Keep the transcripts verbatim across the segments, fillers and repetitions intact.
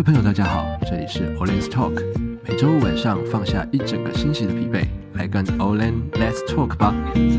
位朋友大家好，这里是 Olen's Talk， 每周五晚上放下一整个星期的疲惫，来跟 Olen Let's Talk 吧。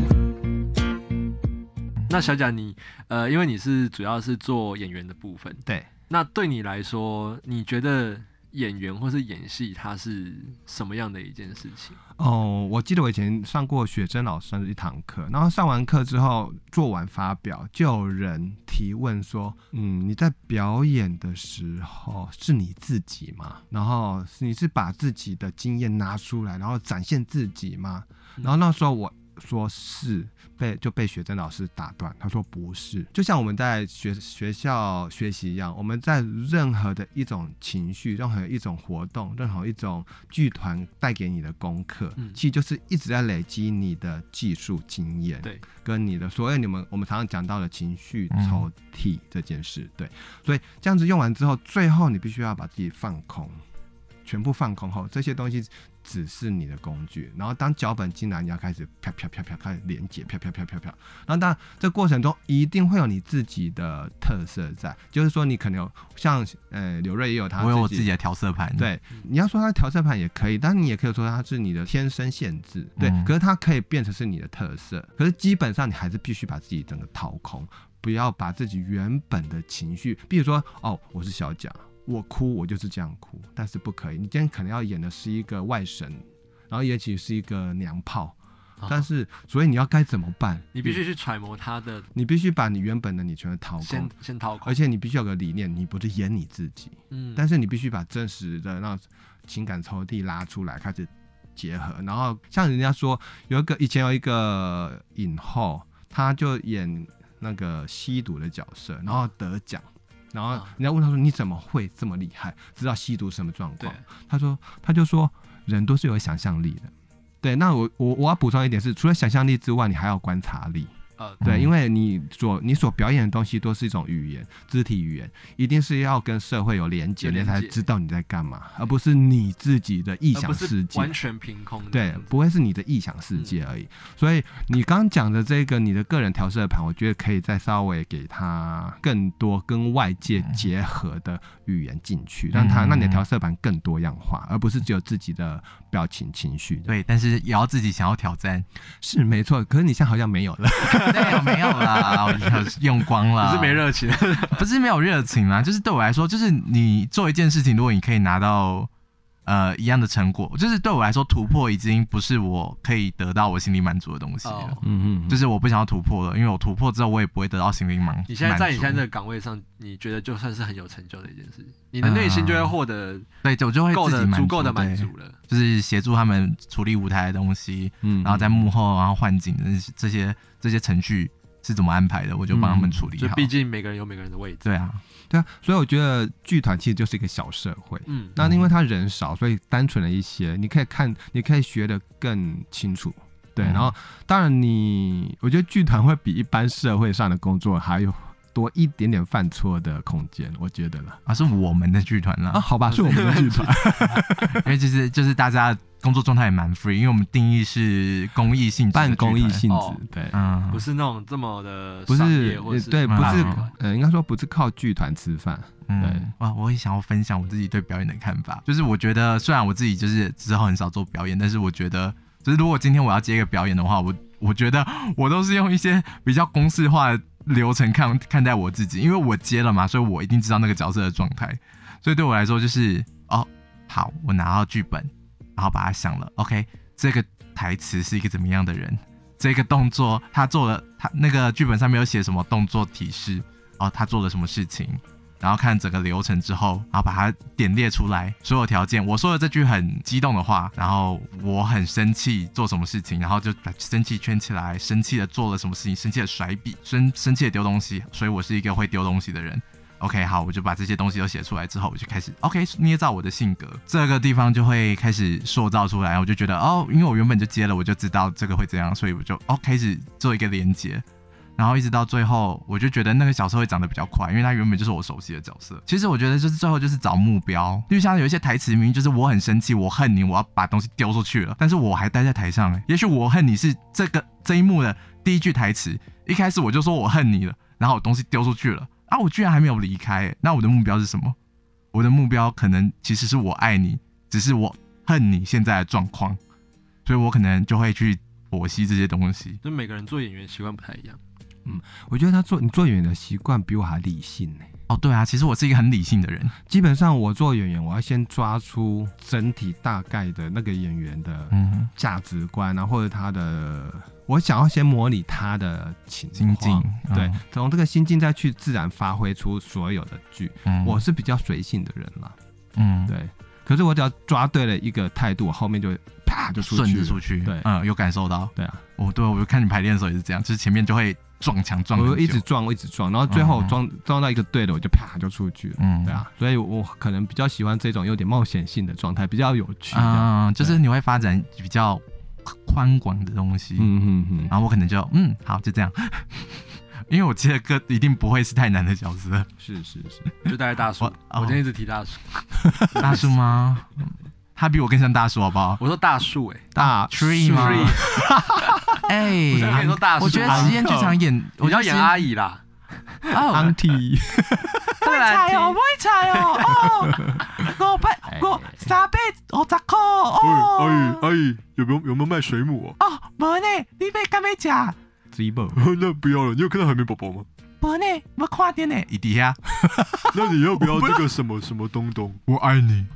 那小贾你呃，因为你是主要是做演员的部分， 对， 那对你来说，你觉得演员或是演戏它是什么样的一件事情？ 哦，我记得我以前上过雪珍老师的一堂课，然后上完课之后做完发表，就有人提问说，嗯，你在表演的时候是你自己吗？然后你是把自己的经验拿出来，然后展现自己吗？然后那时候我说是，被就被雪珍老师打断，他说不是。就像我们在学学校学习一样，我们在任何的一种情绪，任何一种活动，任何一种剧团带给你的功课，嗯、其实就是一直在累积你的技术经验，对，跟你的所谓你们我们常常讲到的情绪抽屉这件事，嗯、对，所以这样子用完之后，最后你必须要把自己放空。全部放空后，这些东西只是你的工具。然后当脚本进来，你要开始啪啪啪啪开始连接，啪啪啪啪啪。然后当然，这过程中一定会有你自己的特色在，就是说你可能有像呃刘瑞也有他自己， 我有我自己的调色盘。 对，你要说他调色盘也可以，但你也可以说它是你的天生限制，对。嗯、可是它可以变成是你的特色，可是基本上你还是必须把自己整个掏空，不要把自己原本的情绪，比如说哦，我是小贾。我哭，我就是这样哭，但是不可以。你今天可能要演的是一个外神，然后也许是一个娘炮，哦、但是所以你要该怎么办？ 你必须去揣摩他的， 你必须把你原本的你全都掏空， 先先掏空， 而且你必须有个理念，你不是演你自己，嗯，但是你必须把真实的那情感抽屉拉出来，开始结合。然后像人家说，有一个以前有一个影后，他就演那个吸毒的角色，然后得奖。然后人家问他说：“你怎么会这么厉害？知道吸毒什么状况？”他说：“他就说人都是有想象力的。对，那我我我要补充一点是，除了想象力之外，你还要观察力。呃，对，因为你所你所表演的东西都是一种语言，肢体语言，一定是要跟社会有连结，你才知道你在干嘛，而不是你自己的臆想世界， 完全凭空的。 对，不会是你的臆想世界而已。嗯、所以你刚刚讲的这个你的个人调色盘，我觉得可以再稍微给他更多跟外界结合的语言进去，让他让你的调色盘更多样化，而不是只有自己的表情情绪。 对，但是也要自己想要挑战， 是没错。可是你现在好像没有了。 没有没有啦，我用光了。 不是没热情， 不是没有热情啦，就是对我来说，就是你做一件事情，如果你可以拿到呃一样的成果，就是对我来说，突破已经不是我可以得到我心里满足的东西了。嗯嗯，就是我不想要突破了，因为我突破之后，我也不会得到心灵满足。 你现在在你现在这个岗位上，你觉得就算是很有成就的一件事情，你的内心就会获得、 呃，对，我就会自己足够的满足了。 就是协助他们处理舞台的东西，嗯，然后在幕后，然后换景这些这些程序是怎么安排的，我就帮他们处理好。 就毕竟每个人有每个人的位置。 对啊， 对啊，所以我觉得剧团其实就是一个小社会，嗯，那因为他人少，所以单纯了一些，你可以看，你可以学得更清楚，对，嗯、然后当然你，我觉得剧团会比一般社会上的工作还有多一点点犯错的空间，我觉得了。 啊，是我们的剧团啦。 啊，好吧，是我们的剧团。 因为其实就是大家工作状态也蛮 free， 因为我们定义是公益性质， 半公益性质，哦、 对，嗯，不是那种这么的商业或是对，不是，嗯、呃，应该说不是靠剧团吃饭。对， 嗯，哇，我也想要分享我自己对表演的看法，就是我觉得虽然我自己就是之后很少做表演，但是我觉得，就是如果今天我要接一个表演的话，我我觉得我都是用一些比较公式化的流程看看待我自己，因为我接了嘛，所以我一定知道那个角色的状态，所以对我来说就是哦，好，我拿到剧本，然后把它想了 ，OK， 这个台词是一个怎么样的人，这个动作他做了，他那个剧本上面有写什么动作提示，哦，他做了什么事情，然后看整个流程之后，然后把它点列出来，所有条件。我说了这句很激动的话，然后我很生气做什么事情，然后就把生气圈起来，生气的做了什么事情，生气的甩笔，生生气的丢东西，所以我是一个会丢东西的人。OK， 好，我就把这些东西都写出来之后，我就开始 OK 捏造我的性格，这个地方就会开始塑造出来。我就觉得哦，因为我原本就接了，我就知道这个会这样，所以我就哦开始做一个连结。然后一直到最后，我就觉得那个角色会长得比较快，因为他原本就是我熟悉的角色。其实我觉得就是最后就是找目标，就像有一些台词明明就是我很生气，我恨你，我要把东西丢出去了，但是我还待在台上。也许我恨你是这个这一幕的第一句台词，一开始我就说我恨你了，然后我东西丢出去了，啊，我居然还没有离开，那我的目标是什么？ 我的目标可能其实是我爱你，只是我恨你现在的状况，所以我可能就会去剖析这些东西。 就每个人做演员习惯不太一样。 嗯，我觉得他做你做演员的习惯比我还理性呢。 哦，对啊，其实我是一个很理性的人。 基本上我做演员，我要先抓出整体大概的那个演员的价值观啊，或者他的，我想要先模拟他的情心境，嗯、 对，从这个心境再去自然发挥出所有的剧。嗯、我是比较随性的人啦，嗯，对。可是我只要抓对了一个态度，我后面就啪就出去， 顺着出去。对，嗯，有感受到。 对啊， 哦，对，我看你排练的时候也是这样，就是前面就会撞墙撞很久， 我一直撞，我一直撞，然后最后撞、嗯、撞到一个对的，我就啪就出去了。嗯，对啊，所以我可能比较喜欢这种有点冒险性的状态，比较有趣。 嗯，就是你会发展比较宽广的东西。嗯嗯嗯。然后我可能就嗯好就这样。因为我接的歌一定不会是太难的角色， 是是是， 就大概大叔。我, 我今天一直提大叔， 大叔吗？他比我更像大叔，好不好？ 我说大树哎、欸， 大 tree 吗？哎、欸， 我跟你说大叔， 我觉得实验剧场演， 我要演阿姨啦。 哦 ，auntie， 不会猜哦，不会猜哦，哦，我百我三百五十块哦。 阿姨阿姨，有没有有没有卖水母哦？哦，没呢，你要干咩吃？ 那不要了，你有看到海绵宝宝吗？ 不呢，我看见呢，一底下。 那你要不要这个什么什么东东？ 我爱你。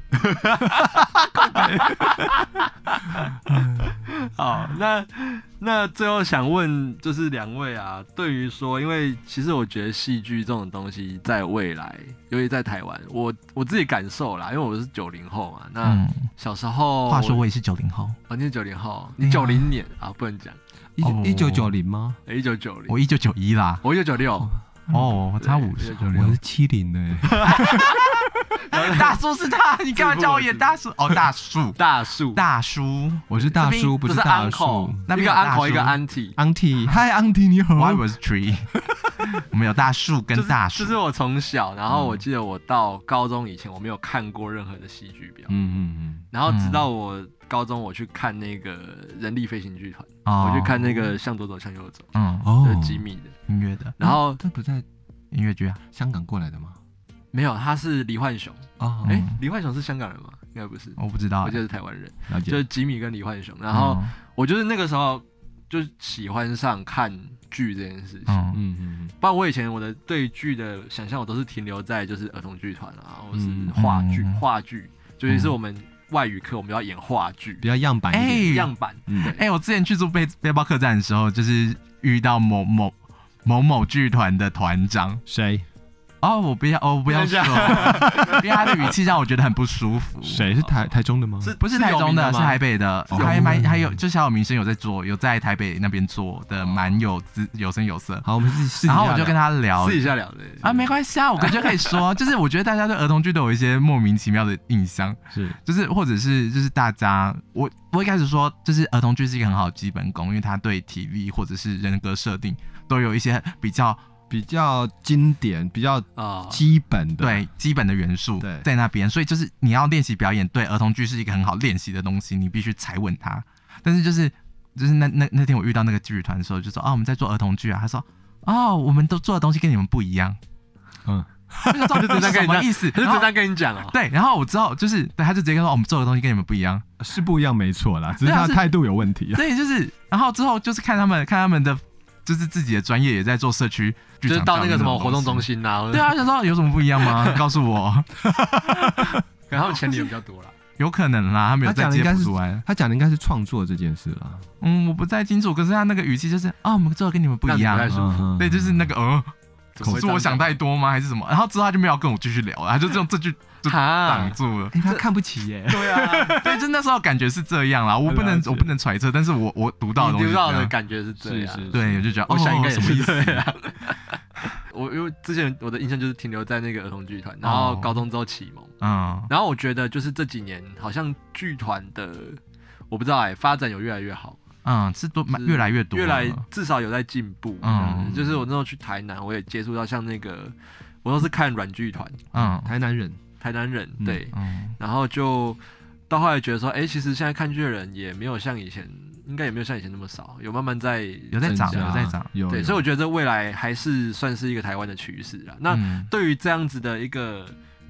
好，那那最后想问就是两位啊，对于说，因为其实我觉得戏剧这种东西，在未来，尤其在台湾，我我自己感受啦，因为我是九零后嘛，那小时候， 话说我也是九零后， 哦，你是九零后，你九零年啊，不能讲。 一九九零吗？ 一九九零， 我一九九一啦， 我一九九六， 哦，我差五十， 我是七零的。 大叔是他，你干嘛叫我演大叔？哦，大叔， 大叔， 大叔， 我是大叔，不是大叔。 那边一个 uncle， 一个 auntie，auntie，Hi auntie， 你好。 我以为是 tree， 我们有大树跟大叔。 就是我从小，然后我记得我到高中以前，我没有看过任何的戏剧表演。嗯嗯嗯。然后直到我高中，我去看那个人力飞行剧团，我去看那个向左走向右走，嗯，就是吉米的音乐的。 然后他不在音乐剧啊， 香港过来的吗？ 没有，他是黎焕雄。哦，哎，黎焕雄是香港人吗？应该不是， 我不知道， 我记得是台湾人。就是吉米跟黎焕雄。然后我就是那个时候就喜欢上看剧这件事情。嗯嗯。不然我以前我的对剧的想象，我都是停留在就是儿童剧团啊，或是话剧、话剧，尤其是我们外语课，我们要演话剧， 比较样板一点。 欸、样板。 哎、欸，我之前去做背背包客栈的时候，就是遇到某某某某剧团的团长， 谁？ 哦，我不要，哦，我不要说，因为他的语气让我觉得很不舒服。 谁是台台中的吗？ 是不是台中的？是台北的，哦、还蛮还有，就小有名声有在做，有在台北那边做的，蛮有滋有声有色。 好，我们自己试一下。 然后我就跟他聊， 试一下聊的啊，没关系啊，我感觉可以说，就是我觉得大家对儿童剧都有一些莫名其妙的印象， 是， 就是或者是就是大家，我我一开始说，就是儿童剧是一个很好的基本功，因为它对体力或者是人格设定都有一些比较。 比较经典、比较基本的、 对基本的元素在那边，所以就是你要练习表演，对儿童剧是一个很好练习的东西，你必须踩稳它。但是就是就是那那那天我遇到那个剧团的时候，就说哦我们在做儿童剧啊，他说哦我们都做的东西跟你们不一样，嗯， 他就直接跟你什么意思？他就直接跟你讲哦。 对，然后我知道就是对，他就直接跟说、哦、我们做的东西跟你们不一样， 是不一样没错啦，只是他的态度有问题、啊。 对，就是然后之后就是看他们看他们的。就是自己的专业也在做社区剧场， 就是到那个什么活动中心啊。 对啊，想说有什么不一样吗？告诉我。 可能他们钱里也比较多啦， 有可能啦，他没有再接不出来。 他讲的应该是创作这件事啦。 嗯，我不太清楚，可是他那个语气就是啊，我们做的跟你们不一样。嗯、对，就是那个呃，是我想太多吗？还是什么？然后之后他就没有跟我继续聊了，他就用这句就挡住了。 欸、他看不起耶。 对啊， 对，就那时候感觉是这样啦。我不能，我不能揣测，但是我我读到的东西， 读到的感觉是这样。 是是对，我就觉得， 我想应该也是这样。我因为之前我的印象就是停留在那个儿童剧团，然后高中之后启蒙，嗯，然后我觉得就是这几年好像剧团的，我不知道哎、欸，发展有越来越好。 嗯，是多越来越多， 越来至少有在进步。嗯，就是我那时候去台南，我也接触到像那个，我都是看软剧团， 嗯，台南人， 台南人，对，嗯，然后就到后来觉得说，哎、欸，其实现在看剧的人也没有像以前，应该也没有像以前那么少，有慢慢在有在涨，有在涨，有对，所以我觉得未来还是算是一个台湾的趋势啦。那对于这样子的一个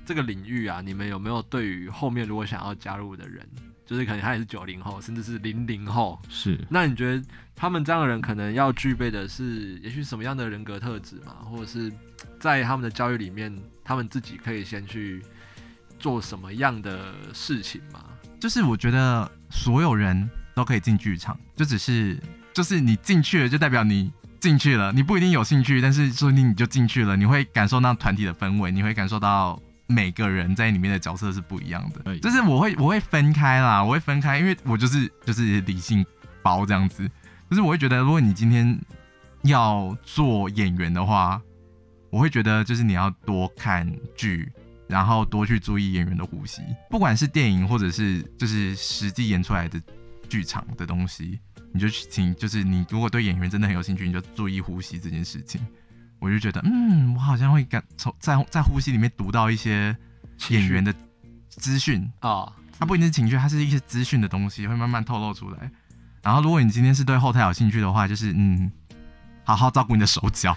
这个领域啊，你们有没有对于后面如果想要加入的人，就是可能他也是九零后，甚至是零零后， 是， 那你觉得他们这样的人可能要具备的是，也许什么样的人格特质嘛，或者是在他们的教育里面，他们自己可以先去做什么样的事情嘛？ 就是我觉得所有人都可以进剧场，就只是就是你进去了，就代表你进去了，你不一定有兴趣，但是说不定你就进去了，你会感受到团体的氛围，你会感受到每个人在里面的角色是不一样的。就是我会我会分开啦，我会分开，因为我就是就是理性包这样子。就是我会觉得，如果你今天要做演员的话，我会觉得就是你要多看剧，然后多去注意演员的呼吸，不管是电影或者是就是实际演出来的剧场的东西，你就请就是你如果对演员真的很有兴趣，你就注意呼吸这件事情。我就觉得，嗯，我好像会感在在呼吸里面读到一些演员的资讯啊，它不一定是情绪，它是一些资讯的东西，会慢慢透露出来。然后，如果你今天是对后台有兴趣的话，就是嗯，好好照顾你的手脚，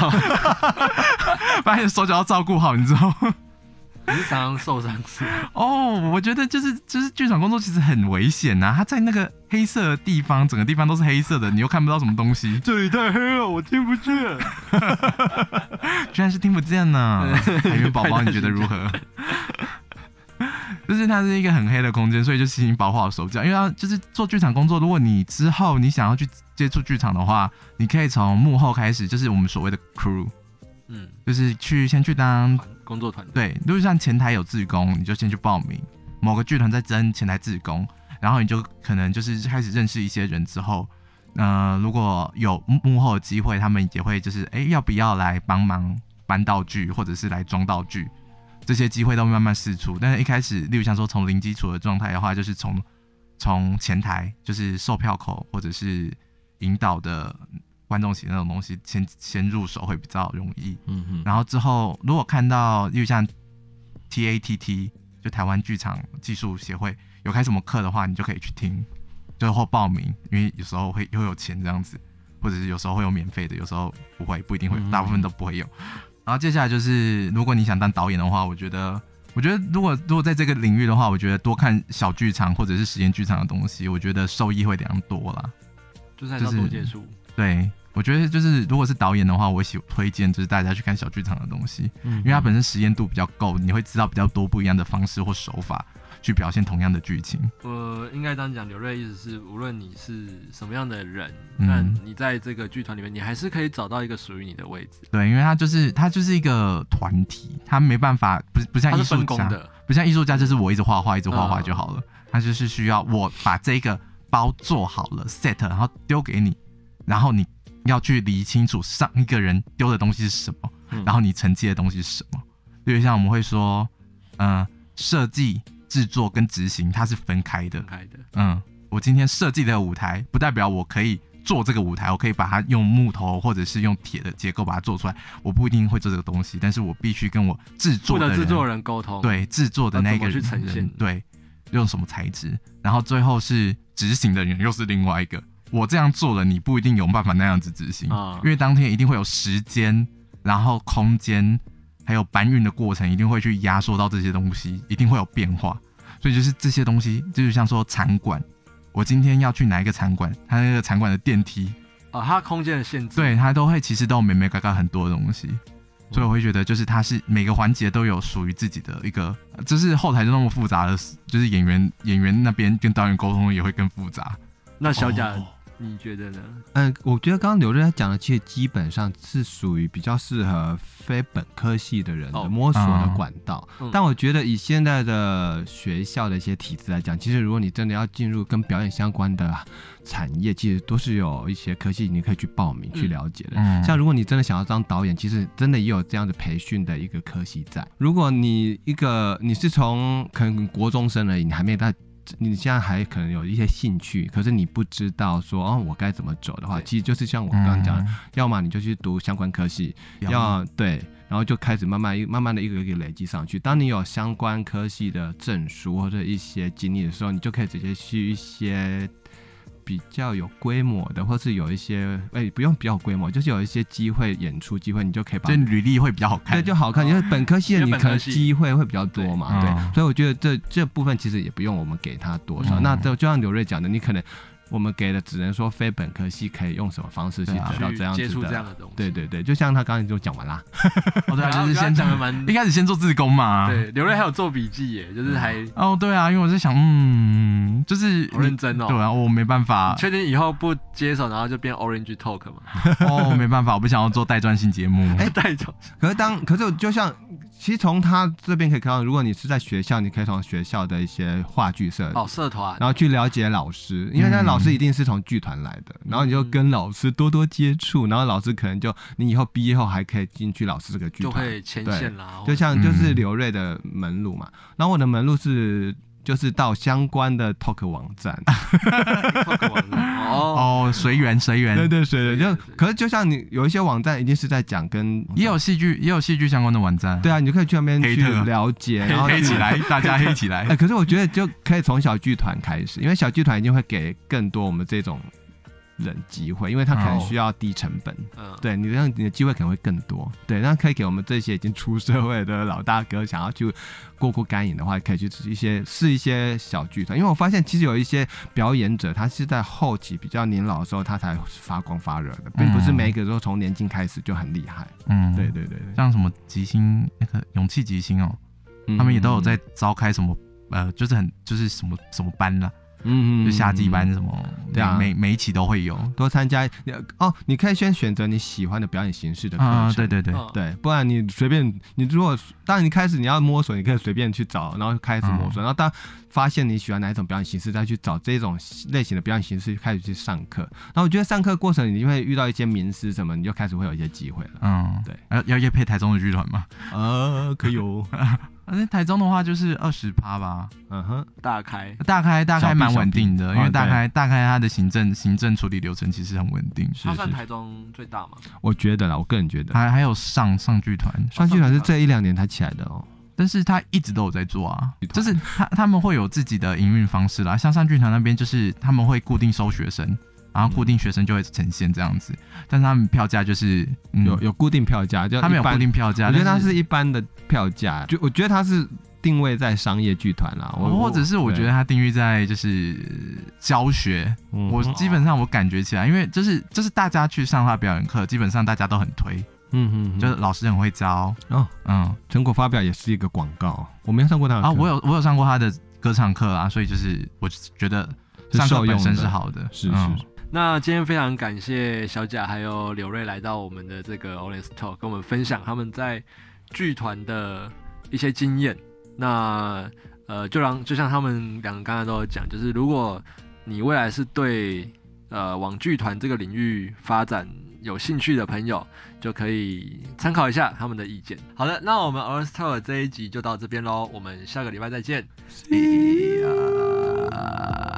把你的手脚要照顾好，你知道吗？ 你是常常受伤是吗？ 哦，我觉得就是就是剧场工作其实很危险呐、啊，它在那个黑色的地方，整个地方都是黑色的，你又看不到什么东西。 这里太黑了，我听不见。 居然是听不见呢，海绵宝宝，你觉得如何？就是它是一个很黑的空间，所以就请你保护好手脚，因为它就是做剧场工作。如果你之后你想要去接触剧场的话，你可以从幕后开始，就是我们所谓的 crew， 嗯，就是去先去当工作团队。 对，如果像前台有志工，你就先去报名，某个剧团在征前台志工，然后你就可能就是开始认识一些人之后，呃，如果有幕后的机会，他们也会就是哎、欸，要不要来帮忙搬道具，或者是来装道具。这些机会都慢慢释出，但是一开始，例如像说从零基础的状态的话，就是从从前台，就是售票口或者是引导的观众席那种东西，先先入手会比较容易。嗯哼。然后之后，如果看到，例如像 T A T T， 就台湾剧场技术协会有开什么课的话，你就可以去听，就或报名，因为有时候会会有钱这样子，或者是有时候会有免费的，有时候不会，不一定会，大部分都不会有。然后接下来就是，如果你想当导演的话，我觉得，我觉得如果如果在这个领域的话，我觉得多看小剧场或者是实验剧场的东西，我觉得受益会良多啦。 就是还是要多接触。 对，我觉得就是如果是导演的话，我喜推荐就是大家去看小剧场的东西，嗯，因为它本身实验度比较够，你会知道比较多不一样的方式或手法去表现同样的剧情。 呃，应该这样讲，刘瑞的意思是，无论你是什么样的人，那、嗯、你在这个剧团里面，你还是可以找到一个属于你的位置。 对，因为它就是它就是一个团体，它没办法，不是不像艺术家，不像艺术家就是我一直画画，一直画画就好了。它、嗯、就是需要我把这个包做好了 set， 然后丢给你，然后你要去理清楚上一个人丢的东西是什么，嗯、然后你承接的东西是什么。例如像我们会说，嗯，设计。制作跟执行它是分开的， 分开的。 嗯，我今天设计的舞台，不代表我可以做这个舞台，我可以把它用木头或者是用铁的结构把它做出来。我不一定会做这个东西，但是我必须跟我制作的人、 制作人沟通， 对，制作的那个人去呈现， 对，用什么材质，然后最后是执行的人又是另外一个。我这样做了，你不一定有办法那样子执行，嗯、因为当天一定会有时间，然后空间。还有搬运的过程一定会去压缩到这些东西，一定会有变化，所以就是这些东西，就是像说场馆，我今天要去哪一个场馆，它那个场馆的电梯啊、哦，它空间的限制， 对，它都会其实都有美美嘎嘎很多的东西，所以我会觉得就是它是每个环节都有属于自己的一个，就是后台就那么复杂的，就是演员演员那边跟导演沟通也会更复杂。 那小贾。哦，你觉得呢？ 嗯，我觉得刚刚刘瑞讲的，其实基本上是属于比较适合非本科系的人的摸索的管道。哦嗯、但我觉得以现在的学校的一些体制来讲，其实如果你真的要进入跟表演相关的产业，其实都是有一些科系你可以去报名、嗯、去了解的。嗯、像如果你真的想要当导演，其实真的也有这样的培训的一个科系在。如果你一个你是从可能国中生而已，你还没到。你现在还可能有一些兴趣，可是你不知道说哦，我该怎么走的话，其实就是像我刚刚讲的，嗯、要么你就去读相关科系，要对，然后就开始慢慢慢慢的一个一个累积上去。当你有相关科系的证书或者一些经历的时候，你就可以直接去一些比较有规模的，或是有一些哎、欸、不用比较有规模，就是有一些机会演出机会，你就可以把就履历会比较好看， 对，就好看。因为本科系的你可能机会会比较多嘛，对， 对对，所以我觉得这这部分其实也不用我们给他多少。嗯、那就就像刘瑞讲的，你可能。我们给的只能说非本科系可以用什么方式去得到这样子的， 接触这样的东西。 对对对，就像他刚才就讲完啦。 哦，对啊，就是先讲的蛮，一开始先做志工嘛。 对，刘瑞还有做笔记耶，就是还、 嗯、哦，对啊，因为我在想，嗯，就是好认真哦。 对啊，我没办法。 确定以后不接手，然后就变 Orange Talk 嘛？ 哦，没办法，我不想要做带专性节目。 哎，带专。 可是当，可是就像。其实从他这边可以看到，如果你是在学校，你可以从学校的一些话剧社哦社团， 然后去了解老师，因为那老师一定是从剧团来的，嗯、然后你就跟老师多多接触，然后老师可能就你以后毕业后还可以进去老师这个剧团， 就会牵线啦。 就像就是刘瑞的门路嘛，然后我的门路是。就是到相关的 Talk 网站 ，Talk 网站哦，随缘随缘， 对对随缘。就可是就像你有一些网站一定是在讲跟也有戏剧也有戏剧相关的网站， 对啊，你就可以去那边去了解，然后黑起来，大家黑起来。 哎，可是我觉得就可以从小剧团开始，因为小剧团一定会给更多我们这种。人机会，因为他可能需要低成本，嗯，对你让你的机会可能会更多，对，那可以给我们这些已经出社会的老大哥，想要去过过干瘾的话，可以去一些试一些小剧团，因为我发现其实有一些表演者，他是在后期比较年老的时候，他才发光发热的，并不是每一个都从年轻开始就很厉害，嗯，对对对对， 像什么吉星那个勇气吉星哦，嗯、他们也都有在召开什么呃，就是很就是什么什么班啦、啊。嗯嗯，就夏季班什么，对啊，每每一期都会有， 多参加哦。你可以先选择你喜欢的表演形式的课程， 啊、对对对、 嗯、对，不然你随便，你如果当然你开始你要摸索，你可以随便去找，然后开始摸索，嗯、然后当发现你喜欢哪一种表演形式，再去找这种类型的表演形式开始去上课。然后我觉得上课过程你就会遇到一些名师什么，你就开始会有一些机会了。嗯，对， 要要业配台中的剧团吗？ 呃，可以哦。 那台中的话就是二十趴吧， 嗯哼，大开大开大开蛮稳定的，因为大开大开它的行政行政处理流程其实很稳定。 它算台中最大吗？ 我觉得啦，我个人觉得。 还还有上上剧团， 上剧团是这一两年才起来的哦， 但是他一直都有在做啊，就是他他们会有自己的营运方式啦，像上剧团那边就是他们会固定收学生。然后固定学生就会呈现这样子，但是他们票价就是、 嗯、有有固定票价，就他们有固定票价， 我觉得它是一般的票价，就我觉得它是定位在商业剧团啦， 哦、或者是我觉得它定位在就是教学，嗯、我基本上我感觉起来，因为就是就是大家去上他表演课，基本上大家都很推，嗯嗯，就是老师很会教，哦， 嗯，成果发表也是一个广告，我没有上过他的课啊，我有我有上过他的歌唱课啊，所以就是我觉得上课本身是好的， 是是。 嗯那今天非常感谢小贾还有柳瑞来到我们的这个 Honest Talk， 跟我们分享他们在剧团的一些经验。那呃，就让就像他们两个刚才都有讲，就是如果你未来是对呃往剧团这个领域发展有兴趣的朋友，就可以参考一下他们的意见。好的，那我们 Honest Talk 这一集就到这边咯，我们下个礼拜再见。See ya